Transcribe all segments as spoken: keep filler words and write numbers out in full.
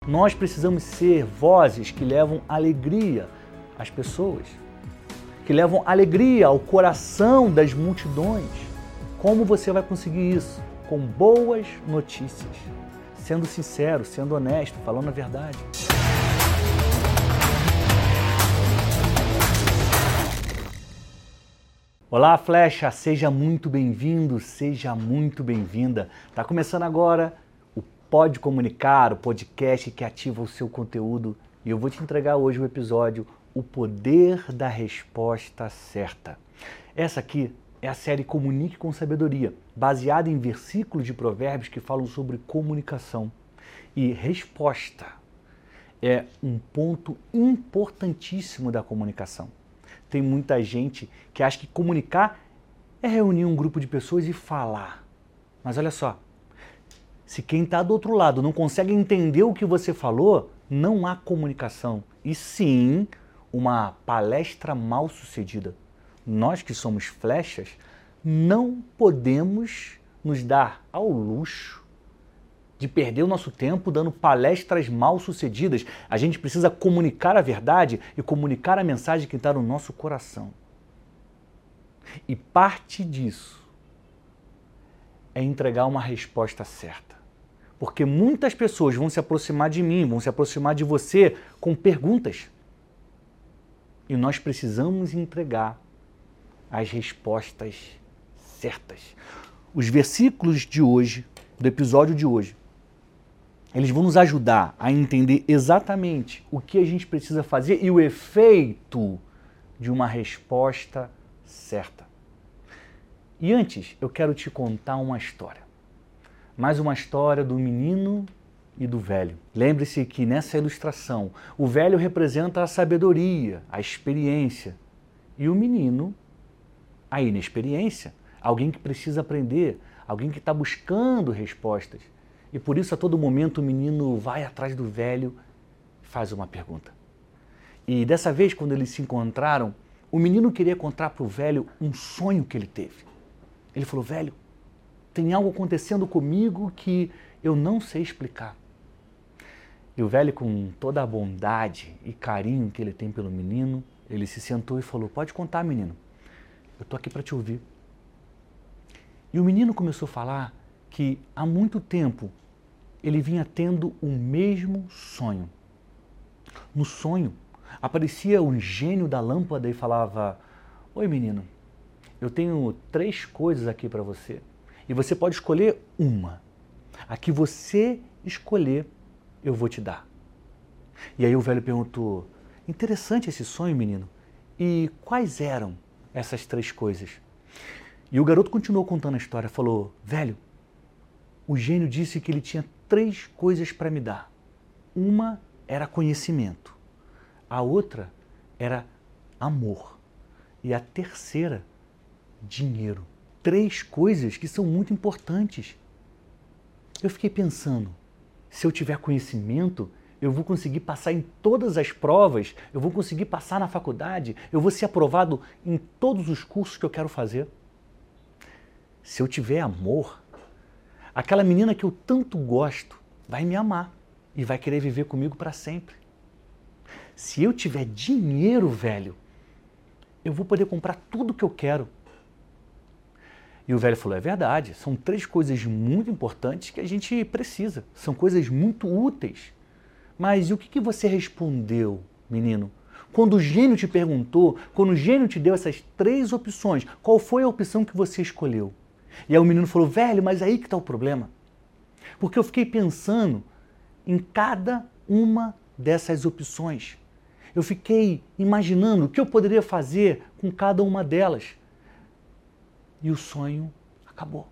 Nós precisamos ser vozes que levam alegria às pessoas, que levam alegria ao coração das multidões. Como você vai conseguir isso? Com boas notícias, sendo sincero, sendo honesto, falando a verdade. Olá, Flecha! Seja muito bem-vindo, seja muito bem-vinda. Tá começando agora o Pode Comunicar, o podcast que ativa o seu conteúdo. E eu vou te entregar hoje o episódio O Poder da Resposta Certa. Essa aqui é a série Comunique com Sabedoria, baseada em versículos de provérbios que falam sobre comunicação. E resposta é um ponto importantíssimo da comunicação. Tem muita gente que acha que comunicar é reunir um grupo de pessoas e falar. Mas olha só, se quem está do outro lado não consegue entender o que você falou, não há comunicação. E sim, uma palestra mal sucedida. Nós que somos flechas, não podemos nos dar ao luxo de perder o nosso tempo dando palestras mal sucedidas. A gente precisa comunicar a verdade e comunicar a mensagem que está no nosso coração. E parte disso é entregar uma resposta certa. Porque muitas pessoas vão se aproximar de mim, vão se aproximar de você com perguntas. E nós precisamos entregar as respostas certas. Os versículos de hoje, do episódio de hoje, eles vão nos ajudar a entender exatamente o que a gente precisa fazer e o efeito de uma resposta certa. E antes, eu quero te contar uma história. Mais uma história do menino e do velho. Lembre-se que nessa ilustração, o velho representa a sabedoria, a experiência, e o menino, a inexperiência, alguém que precisa aprender, alguém que está buscando respostas. E por isso, a todo momento, o menino vai atrás do velho e faz uma pergunta. E dessa vez, quando eles se encontraram, o menino queria contar para o velho um sonho que ele teve. Ele falou: velho, tem algo acontecendo comigo que eu não sei explicar. E o velho, com toda a bondade e carinho que ele tem pelo menino, ele se sentou e falou: pode contar, menino, eu estou aqui para te ouvir. E o menino começou a falar que há muito tempo ele vinha tendo o mesmo sonho. No sonho, aparecia um gênio da lâmpada e falava: oi, menino, eu tenho três coisas aqui para você e você pode escolher uma. A que você escolher, eu vou te dar. E aí o velho perguntou: interessante esse sonho, menino. E quais eram essas três coisas? E o garoto continuou contando a história, falou: velho, o gênio disse que ele tinha três coisas para me dar. Uma era conhecimento, a outra era amor e a terceira, dinheiro. Três coisas que são muito importantes. Eu fiquei pensando, se eu tiver conhecimento, eu vou conseguir passar em todas as provas, eu vou conseguir passar na faculdade, eu vou ser aprovado em todos os cursos que eu quero fazer. Se eu tiver amor, aquela menina que eu tanto gosto vai me amar e vai querer viver comigo para sempre. Se eu tiver dinheiro, velho, eu vou poder comprar tudo que eu quero. E o velho falou: é verdade, são três coisas muito importantes que a gente precisa. São coisas muito úteis. Mas e o que que você respondeu, menino? Quando o gênio te perguntou, quando o gênio te deu essas três opções, qual foi a opção que você escolheu? E aí o menino falou: velho, mas aí que está o problema. Porque eu fiquei pensando em cada uma dessas opções. Eu fiquei imaginando o que eu poderia fazer com cada uma delas. E o sonho acabou.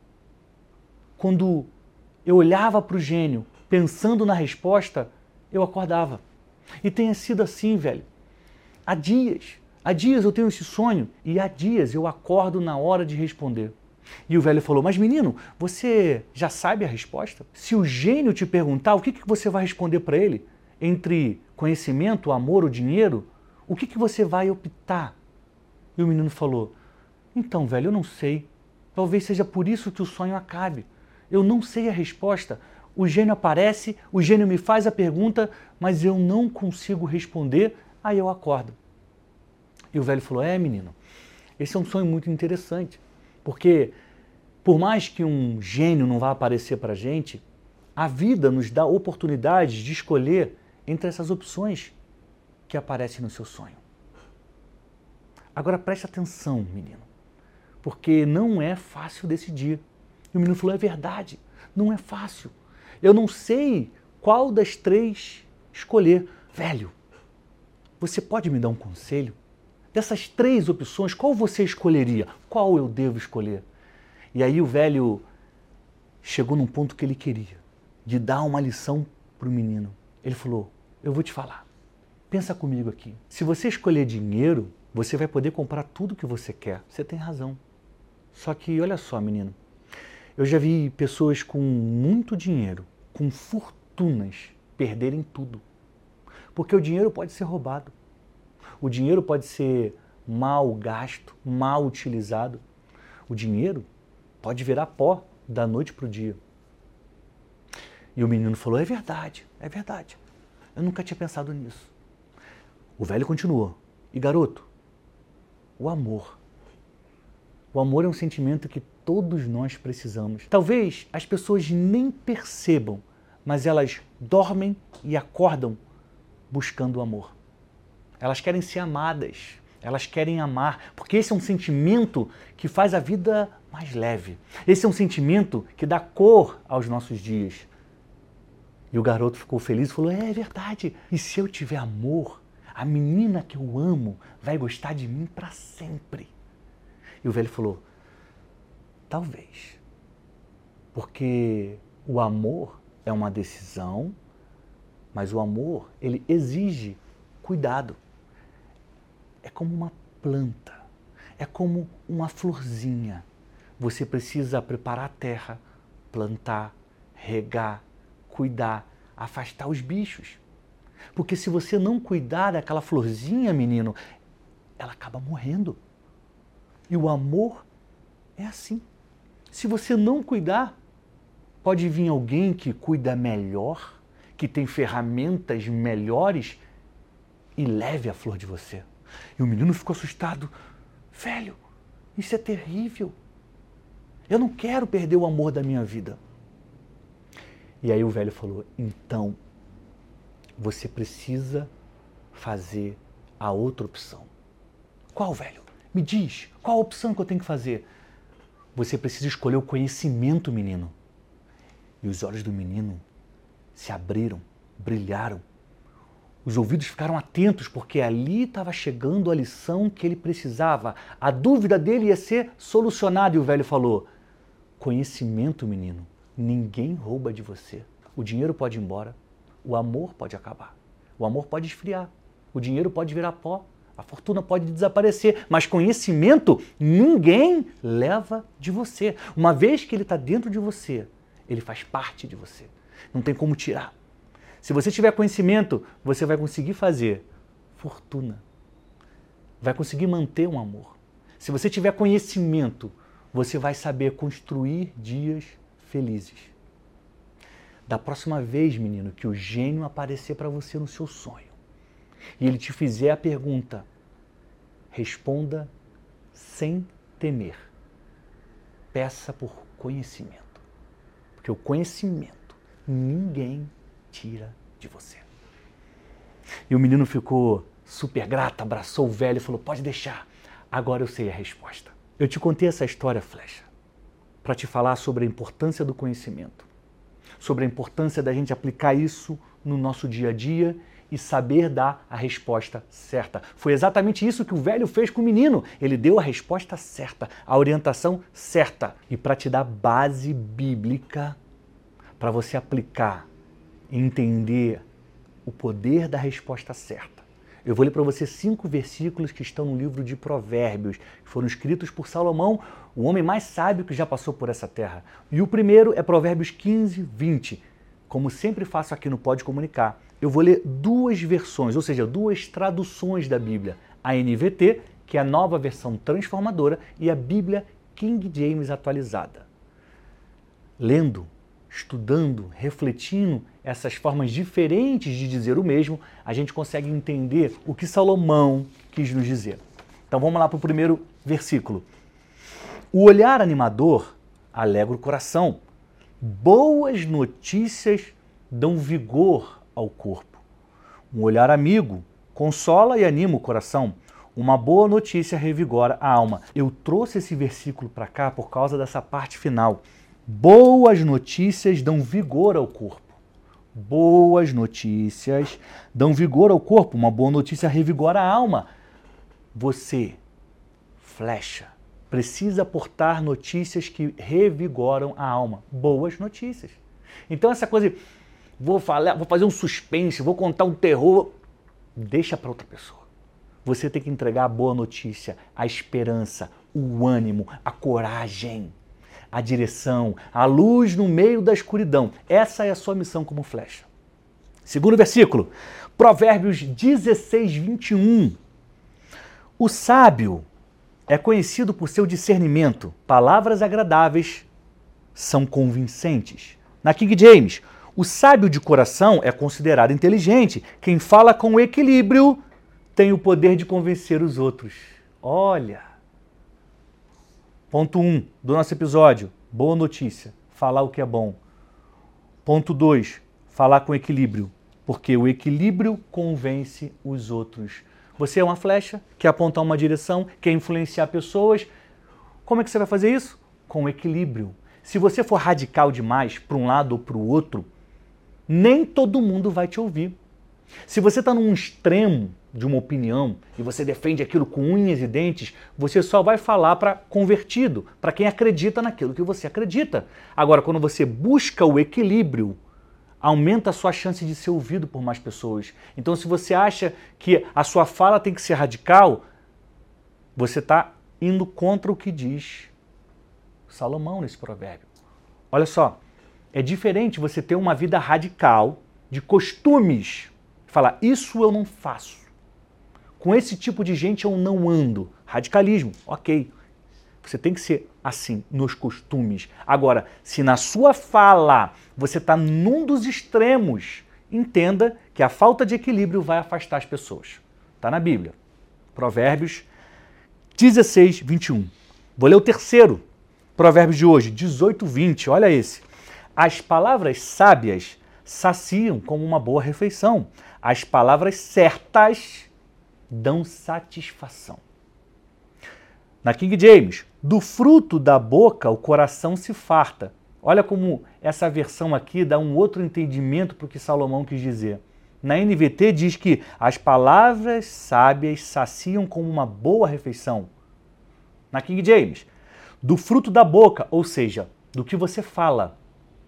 Quando eu olhava para o gênio, pensando na resposta, eu acordava. E tem sido assim, velho. Há dias, há dias eu tenho esse sonho e há dias eu acordo na hora de responder. E o velho falou: mas menino, você já sabe a resposta? Se o gênio te perguntar, o que que você vai responder para ele? Entre conhecimento, amor ou dinheiro, o que que você vai optar? E o menino falou: então, velho, eu não sei. Talvez seja por isso que o sonho acabe. Eu não sei a resposta. o gênio aparece, o gênio me faz a pergunta, mas eu não consigo responder, aí eu acordo. E o velho falou, é menino, esse é um sonho muito interessante, porque por mais que um gênio não vá aparecer para a gente, a vida nos dá oportunidades de escolher entre essas opções que aparecem no seu sonho. Agora preste atenção, menino, porque não é fácil decidir. E o menino falou, é verdade, não é fácil. Eu não sei qual das três escolher. Velho, você pode me dar um conselho? Dessas três opções, qual você escolheria? Qual eu devo escolher? E aí o velho chegou num ponto que ele queria, de dar uma lição para o menino. Ele falou, eu vou te falar, pensa comigo aqui. Se você escolher dinheiro, você vai poder comprar tudo que você quer. Você tem razão. Só que, olha só, menino, eu já vi pessoas com muito dinheiro, com fortunas, perderem tudo. Porque o dinheiro pode ser roubado. O dinheiro pode ser mal gasto, mal utilizado. O dinheiro pode virar pó da noite para o dia. E o menino falou, é verdade, é verdade. Eu nunca tinha pensado nisso. O velho continuou. E garoto, o amor. O amor é um sentimento que todos nós precisamos. Talvez as pessoas nem percebam, mas elas dormem e acordam buscando o amor. Elas querem ser amadas, elas querem amar, porque esse é um sentimento que faz a vida mais leve. Esse é um sentimento que dá cor aos nossos dias. E o garoto ficou feliz e falou, é verdade, e se eu tiver amor, a menina que eu amo vai gostar de mim para sempre. E o velho falou, talvez, porque o amor é uma decisão, mas o amor, ele exige cuidado. É como uma planta, é como uma florzinha. Você precisa preparar a terra, plantar, regar, cuidar, afastar os bichos. Porque se você não cuidar daquela florzinha, menino, ela acaba morrendo. E o amor é assim. Se você não cuidar, pode vir alguém que cuida melhor, que tem ferramentas melhores e leve a flor de você. E o menino ficou assustado. Velho, isso é terrível. Eu não quero perder o amor da minha vida. E aí o velho falou, então, você precisa fazer a outra opção. Qual, velho? Me diz, qual a opção que eu tenho que fazer? Você precisa escolher o conhecimento, menino. E os olhos do menino se abriram, brilharam. Os ouvidos ficaram atentos, porque ali estava chegando a lição que ele precisava. A dúvida dele ia ser solucionada, e o velho falou, conhecimento, menino, ninguém rouba de você. O dinheiro pode ir embora, o amor pode acabar, o amor pode esfriar, o dinheiro pode virar pó, a fortuna pode desaparecer, mas conhecimento ninguém leva de você. Uma vez que ele está dentro de você, ele faz parte de você, não tem como tirar. Se você tiver conhecimento, você vai conseguir fazer fortuna, vai conseguir manter um amor. Se você tiver conhecimento, você vai saber construir dias felizes. Da próxima vez, menino, que o gênio aparecer para você no seu sonho e ele te fizer a pergunta, responda sem temer. Peça por conhecimento, porque o conhecimento ninguém tira de você. E o menino ficou super grato, abraçou o velho e falou, pode deixar, agora eu sei a resposta. Eu te contei essa história, Flecha, para te falar sobre a importância do conhecimento, sobre a importância da gente aplicar isso no nosso dia a dia e saber dar a resposta certa. Foi exatamente isso que o velho fez com o menino. Ele deu a resposta certa, a orientação certa. E para te dar base bíblica, para você aplicar e entender o poder da resposta certa, eu vou ler para você cinco versículos que estão no livro de Provérbios, que foram escritos por Salomão, o homem mais sábio que já passou por essa terra. E o primeiro é Provérbios quinze, vinte. Como sempre faço aqui no Pode Comunicar, eu vou ler duas versões, ou seja, duas traduções da Bíblia. A N V T, que é a nova versão transformadora, e a Bíblia King James atualizada. Lendo, estudando, refletindo essas formas diferentes de dizer o mesmo, a gente consegue entender o que Salomão quis nos dizer. Então vamos lá para o primeiro versículo. O olhar animador alegra o coração. Boas notícias dão vigor ao corpo. Um olhar amigo consola e anima o coração. Uma boa notícia revigora a alma. Eu trouxe esse versículo para cá por causa dessa parte final. Boas notícias dão vigor ao corpo. Boas notícias dão vigor ao corpo. Uma boa notícia revigora a alma. Você, flecha, precisa portar notícias que revigoram a alma. Boas notícias. Então essa coisa, vou falar, vou fazer um suspense, vou contar um terror, deixa para outra pessoa. Você tem que entregar a boa notícia, a esperança, o ânimo, a coragem, a direção, a luz no meio da escuridão. Essa é a sua missão como flecha. Segundo versículo, Provérbios dezesseis, vinte e um. O sábio é conhecido por seu discernimento. Palavras agradáveis são convincentes. Na King James, o sábio de coração é considerado inteligente. Quem fala com equilíbrio tem o poder de convencer os outros. Olha! Ponto um do nosso episódio, boa notícia, falar o que é bom. Ponto dois, falar com equilíbrio, porque o equilíbrio convence os outros. Você é uma flecha, quer apontar uma direção, quer influenciar pessoas. Como é que você vai fazer isso? Com equilíbrio. Se você for radical demais para um lado ou para o outro, nem todo mundo vai te ouvir. Se você está num extremo de uma opinião e você defende aquilo com unhas e dentes, você só vai falar para convertido, para quem acredita naquilo que você acredita. Agora, quando você busca o equilíbrio, aumenta a sua chance de ser ouvido por mais pessoas. Então, se você acha que a sua fala tem que ser radical, você está indo contra o que diz Salomão nesse provérbio. Olha só, é diferente você ter uma vida radical de costumes, falar, isso eu não faço. Com esse tipo de gente eu não ando. Radicalismo, ok. Você tem que ser assim, nos costumes. Agora, se na sua fala você está num dos extremos, entenda que a falta de equilíbrio vai afastar as pessoas. Está na Bíblia. Provérbios dezesseis, vinte e um. Vou ler o terceiro provérbio de hoje, dezoito, vinte. Olha esse. As palavras sábias saciam como uma boa refeição. As palavras certas dão satisfação. Na King James, do fruto da boca o coração se farta. Olha como essa versão aqui dá um outro entendimento para o que Salomão quis dizer. Na N V T diz que as palavras sábias saciam como uma boa refeição. Na King James, do fruto da boca, ou seja, do que você fala,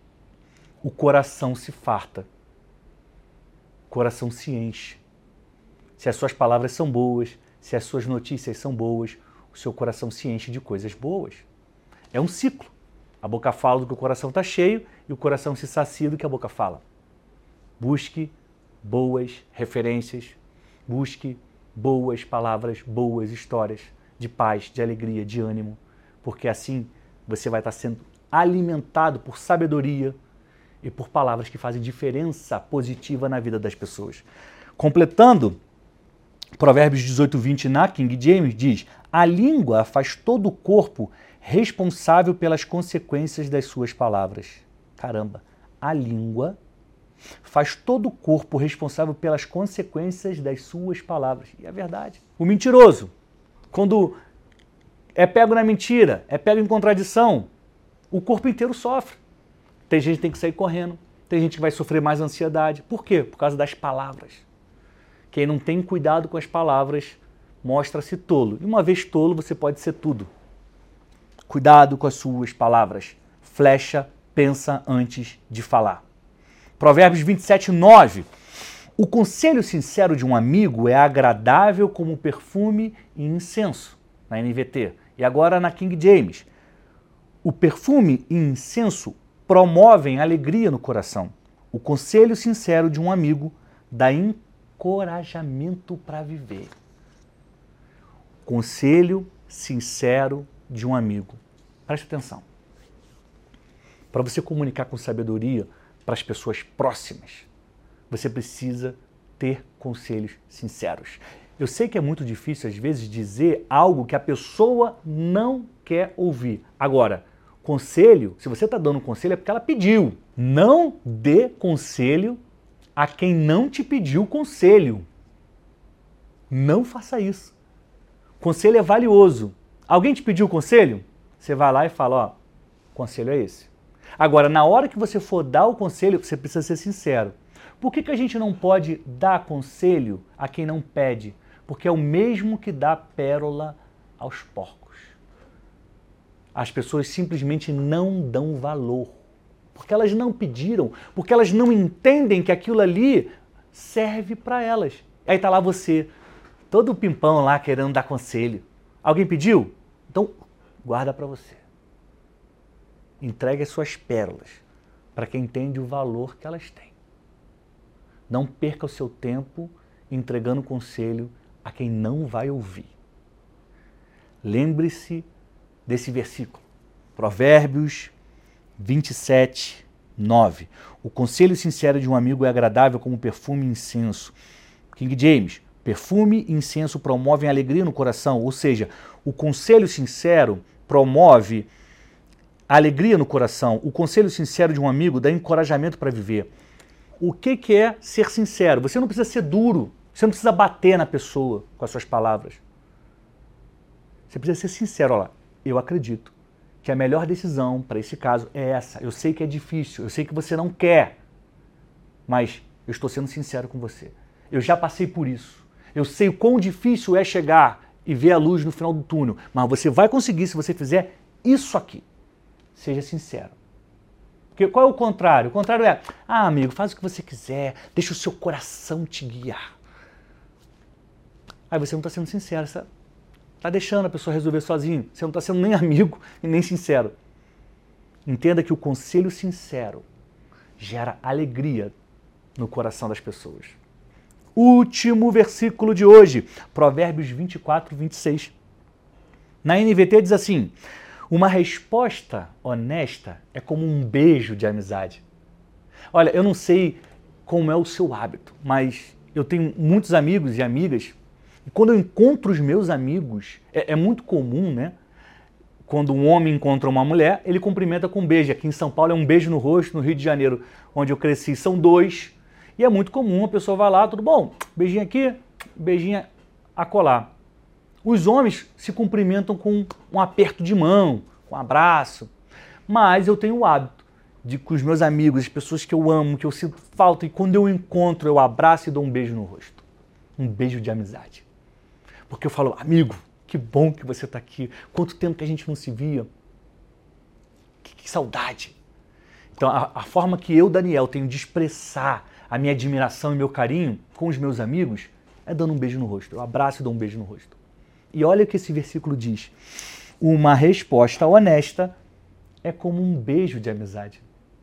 o coração se farta. O coração se enche. Se as suas palavras são boas, se as suas notícias são boas, o seu coração se enche de coisas boas. É um ciclo. A boca fala do que o coração está cheio e o coração se sacia do que a boca fala. Busque boas referências, busque boas palavras, boas histórias de paz, de alegria, de ânimo, porque assim você vai estar sendo alimentado por sabedoria e por palavras que fazem diferença positiva na vida das pessoas. Completando, Provérbios dezoito, vinte na King James diz: a língua faz todo o corpo responsável pelas consequências das suas palavras. Caramba, a língua faz todo o corpo responsável pelas consequências das suas palavras. E é verdade. O mentiroso, quando é pego na mentira, é pego em contradição, o corpo inteiro sofre. Tem gente que tem que sair correndo, tem gente que vai sofrer mais ansiedade. Por quê? Por causa das palavras. Quem não tem cuidado com as palavras mostra-se tolo. E uma vez tolo, você pode ser tudo. Cuidado com as suas palavras. Flecha, pensa antes de falar. Provérbios vinte e sete, nove. O conselho sincero de um amigo é agradável como perfume e incenso, na N V T. E agora na King James. O perfume e incenso promovem alegria no coração. O conselho sincero de um amigo dá encorajamento para viver. Conselho sincero de um amigo. Preste atenção. para você comunicar com sabedoria para as pessoas próximas, você precisa ter conselhos sinceros. Eu sei que é muito difícil, às vezes, dizer algo que a pessoa não quer ouvir. Agora, conselho, se você está dando conselho, é porque ela pediu. Não dê conselho a quem não te pediu conselho. Não faça isso. Conselho é valioso. Alguém te pediu conselho? Você vai lá e fala, ó, o conselho é esse. Agora, na hora que você for dar o conselho, você precisa ser sincero. Por que que a gente não pode dar conselho a quem não pede? Porque é o mesmo que dá pérola aos porcos. As pessoas simplesmente não dão valor. Porque elas não pediram, porque elas não entendem que aquilo ali serve para elas. Aí tá lá você, todo pimpão lá querendo dar conselho. Alguém pediu? Então, guarda para você. Entregue as suas pérolas para quem entende o valor que elas têm. Não perca o seu tempo entregando conselho a quem não vai ouvir. Lembre-se desse versículo, Provérbios vinte e sete, nove. O conselho sincero de um amigo é agradável como perfume e incenso. King James, perfume e incenso promovem alegria no coração, ou seja, o conselho sincero promove alegria no coração. O conselho sincero de um amigo dá encorajamento para viver. O que que é ser sincero? Você não precisa ser duro, você não precisa bater na pessoa com as suas palavras. Você precisa ser sincero, olha lá, eu acredito que a melhor decisão para esse caso é essa. Eu sei que é difícil, eu sei que você não quer, mas eu estou sendo sincero com você. Eu já passei por isso. Eu sei o quão difícil é chegar e ver a luz no final do túnel, mas você vai conseguir se você fizer isso aqui. Seja sincero. Porque qual é o contrário? O contrário é, ah, amigo, faz o que você quiser, deixa o seu coração te guiar. Aí você não está sendo sincero, você está deixando a pessoa resolver sozinho. Você não está sendo nem amigo e nem sincero. Entenda que o conselho sincero gera alegria no coração das pessoas. Último versículo de hoje, Provérbios vinte e quatro, vinte e seis. Na N V T diz assim, uma resposta honesta é como um beijo de amizade. Olha, eu não sei como é o seu hábito, mas eu tenho muitos amigos e amigas, e quando eu encontro os meus amigos, é, é muito comum, né? Quando um homem encontra uma mulher, ele cumprimenta com um beijo. Aqui em São Paulo é um beijo no rosto, no Rio de Janeiro, onde eu cresci, são dois. E é muito comum, a pessoa vai lá, tudo bom? Beijinho aqui, beijinho acolá. Os homens se cumprimentam com um aperto de mão, com um abraço. Mas eu tenho o hábito de com os meus amigos, as pessoas que eu amo, que eu sinto falta, e quando eu encontro, eu abraço e dou um beijo no rosto. Um beijo de amizade. Porque eu falo, amigo, que bom que você está aqui. Quanto tempo que a gente não se via. Que, que saudade. Então, a, a forma que eu, Daniel, tenho de expressar a minha admiração e meu carinho com os meus amigos é dando um beijo no rosto. Eu abraço e dou um beijo no rosto. E olha o que esse versículo diz. Uma resposta honesta é como um beijo de amizade.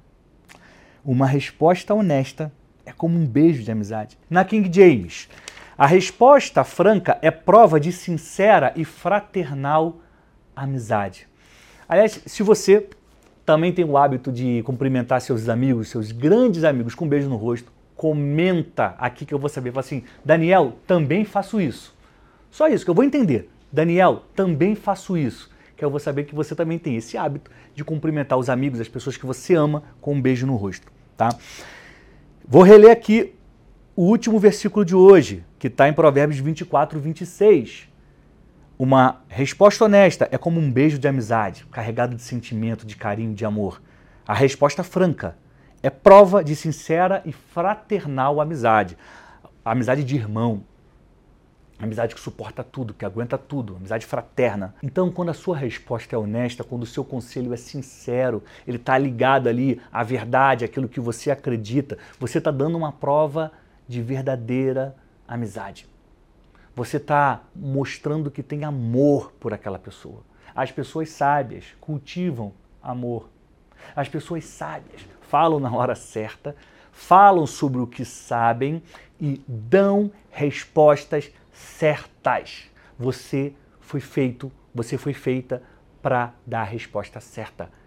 Uma resposta honesta é como um beijo de amizade. Na King James, a resposta franca é prova de sincera e fraternal amizade. Aliás, se você também tem o hábito de cumprimentar seus amigos, seus grandes amigos, com um beijo no rosto, comenta aqui que eu vou saber. Fala assim, Daniel, também faço isso. Só isso que eu vou entender. Daniel, também faço isso. Que eu vou saber que você também tem esse hábito de cumprimentar os amigos, as pessoas que você ama, com um beijo no rosto. Tá? Vou reler aqui o último versículo de hoje, que está em Provérbios vinte e quatro, vinte e seis. Uma resposta honesta é como um beijo de amizade, carregado de sentimento, de carinho, de amor. A resposta franca é prova de sincera e fraternal amizade. A amizade de irmão. Amizade que suporta tudo, que aguenta tudo, amizade fraterna. Então, quando a sua resposta é honesta, quando o seu conselho é sincero, ele está ligado ali à verdade, àquilo que você acredita, você está dando uma prova de verdadeira amizade. Você está mostrando que tem amor por aquela pessoa. As pessoas sábias cultivam amor. As pessoas sábias falam na hora certa, falam sobre o que sabem e dão respostas certas. Você foi feito, você foi feita para dar a resposta certa.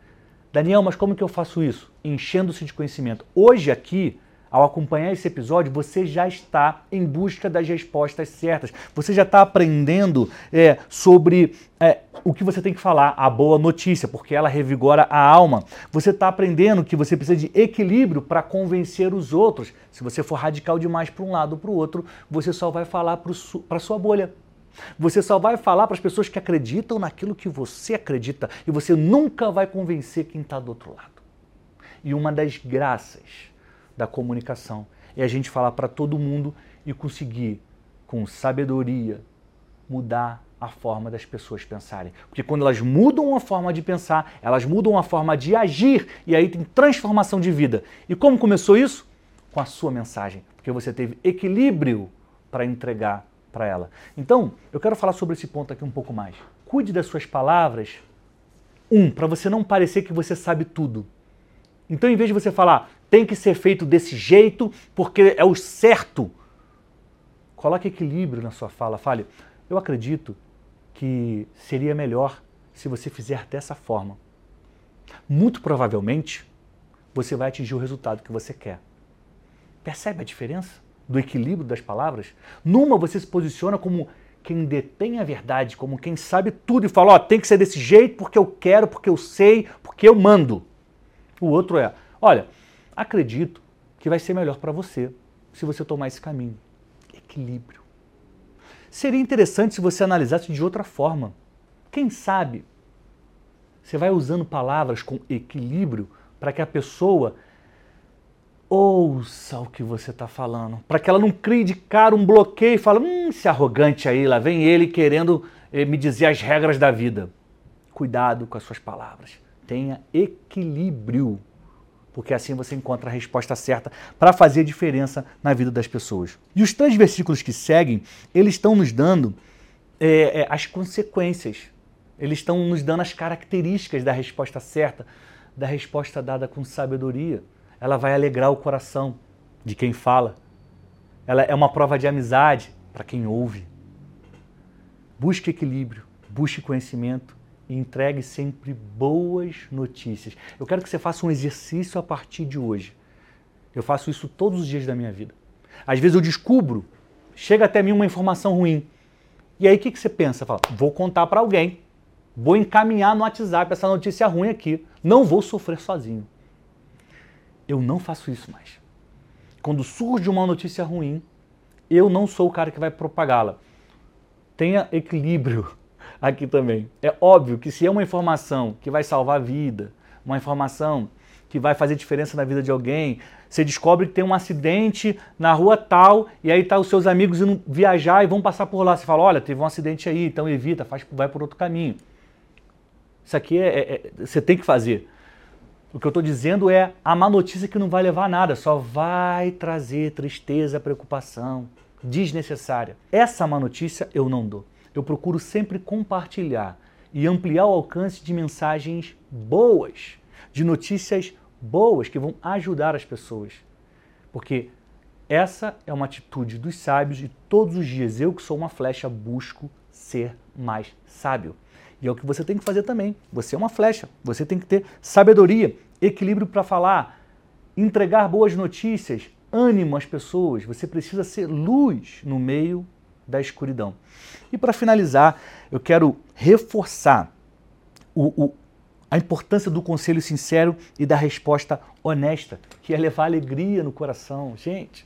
Daniel, mas como que eu faço isso? Enchendo-se de conhecimento. Hoje aqui, ao acompanhar esse episódio, você já está em busca das respostas certas. Você já está aprendendo é, sobre é, o que você tem que falar, a boa notícia, porque ela revigora a alma. Você está aprendendo que você precisa de equilíbrio para convencer os outros. Se você for radical demais para um lado ou para o outro, você só vai falar para a sua bolha. Você só vai falar para as pessoas que acreditam naquilo que você acredita e você nunca vai convencer quem está do outro lado. E uma das graças da comunicação é a gente falar para todo mundo e conseguir, com sabedoria, mudar a forma das pessoas pensarem. Porque quando elas mudam a forma de pensar, elas mudam a forma de agir e aí tem transformação de vida. E como começou isso? Com a sua mensagem, porque você teve equilíbrio para entregar para ela. Então, eu quero falar sobre esse ponto aqui um pouco mais. Cuide das suas palavras, um, para você não parecer que você sabe tudo. Então, em vez de você falar, tem que ser feito desse jeito, porque é o certo, coloque equilíbrio na sua fala. Fale, eu acredito que seria melhor se você fizer dessa forma. Muito provavelmente, você vai atingir o resultado que você quer. Percebe a diferença do equilíbrio das palavras? Numa você se posiciona como quem detém a verdade, como quem sabe tudo e fala, ó, tem que ser desse jeito porque eu quero, porque eu sei, porque eu mando. O outro é, olha, acredito que vai ser melhor para você se você tomar esse caminho. Equilíbrio. Seria interessante se você analisasse de outra forma. Quem sabe você vai usando palavras com equilíbrio para que a pessoa ouça o que você está falando, para que ela não crie de cara um bloqueio e fale, hum, esse arrogante aí, lá vem ele querendo eh, me dizer as regras da vida. Cuidado com as suas palavras. Tenha equilíbrio, porque assim você encontra a resposta certa para fazer diferença na vida das pessoas. E os três versículos que seguem, eles estão nos dando é, é, as consequências, eles estão nos dando as características da resposta certa, da resposta dada com sabedoria. Ela vai alegrar o coração de quem fala. Ela é uma prova de amizade para quem ouve. Busque equilíbrio, busque conhecimento e entregue sempre boas notícias. Eu quero que você faça um exercício a partir de hoje. Eu faço isso todos os dias da minha vida. Às vezes eu descubro, chega até mim uma informação ruim. E aí o que, que você pensa? Fala, vou contar para alguém, vou encaminhar no WhatsApp essa notícia ruim aqui, não vou sofrer sozinho. Eu não faço isso mais. Quando surge uma notícia ruim, eu não sou o cara que vai propagá-la. Tenha equilíbrio aqui também. É óbvio que se é uma informação que vai salvar a vida, uma informação que vai fazer diferença na vida de alguém, você descobre que tem um acidente na rua tal, e aí tá os seus amigos indo viajar e vão passar por lá. Você fala, olha, teve um acidente aí, então evita, faz, vai por outro caminho. Isso aqui é, é, é você tem que fazer. O que eu estou dizendo é a má notícia que não vai levar a nada, só vai trazer tristeza, preocupação desnecessária. Essa má notícia eu não dou. Eu procuro sempre compartilhar e ampliar o alcance de mensagens boas, de notícias boas que vão ajudar as pessoas. Porque essa é uma atitude dos sábios e todos os dias eu, que sou uma flecha, busco ser mais sábio. E é o que você tem que fazer também. Você é uma flecha, você tem que ter sabedoria, equilíbrio para falar, entregar boas notícias, ânimo às pessoas. Você precisa ser luz no meio da escuridão. E para finalizar, eu quero reforçar o, o, a importância do conselho sincero e da resposta honesta, que é levar alegria no coração. Gente,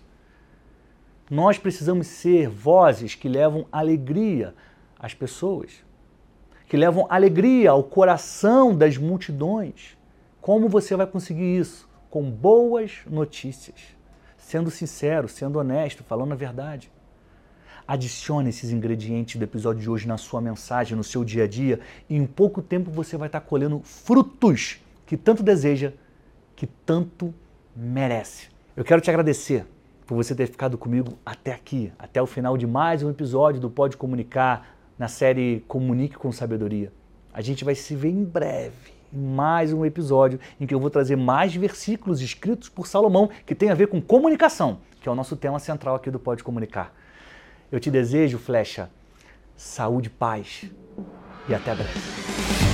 nós precisamos ser vozes que levam alegria às pessoas, que levam alegria ao coração das multidões. Como você vai conseguir isso? Com boas notícias, sendo sincero, sendo honesto, falando a verdade. Adicione esses ingredientes do episódio de hoje na sua mensagem, no seu dia a dia, e em pouco tempo você vai estar colhendo frutos que tanto deseja, que tanto merece. Eu quero te agradecer por você ter ficado comigo até aqui, até o final de mais um episódio do Pode Comunicar, na série Comunique com Sabedoria. A gente vai se ver em breve, em mais um episódio em que eu vou trazer mais versículos escritos por Salomão que tem a ver com comunicação, que é o nosso tema central aqui do Pode Comunicar. Eu te desejo, flecha, saúde, paz e até breve.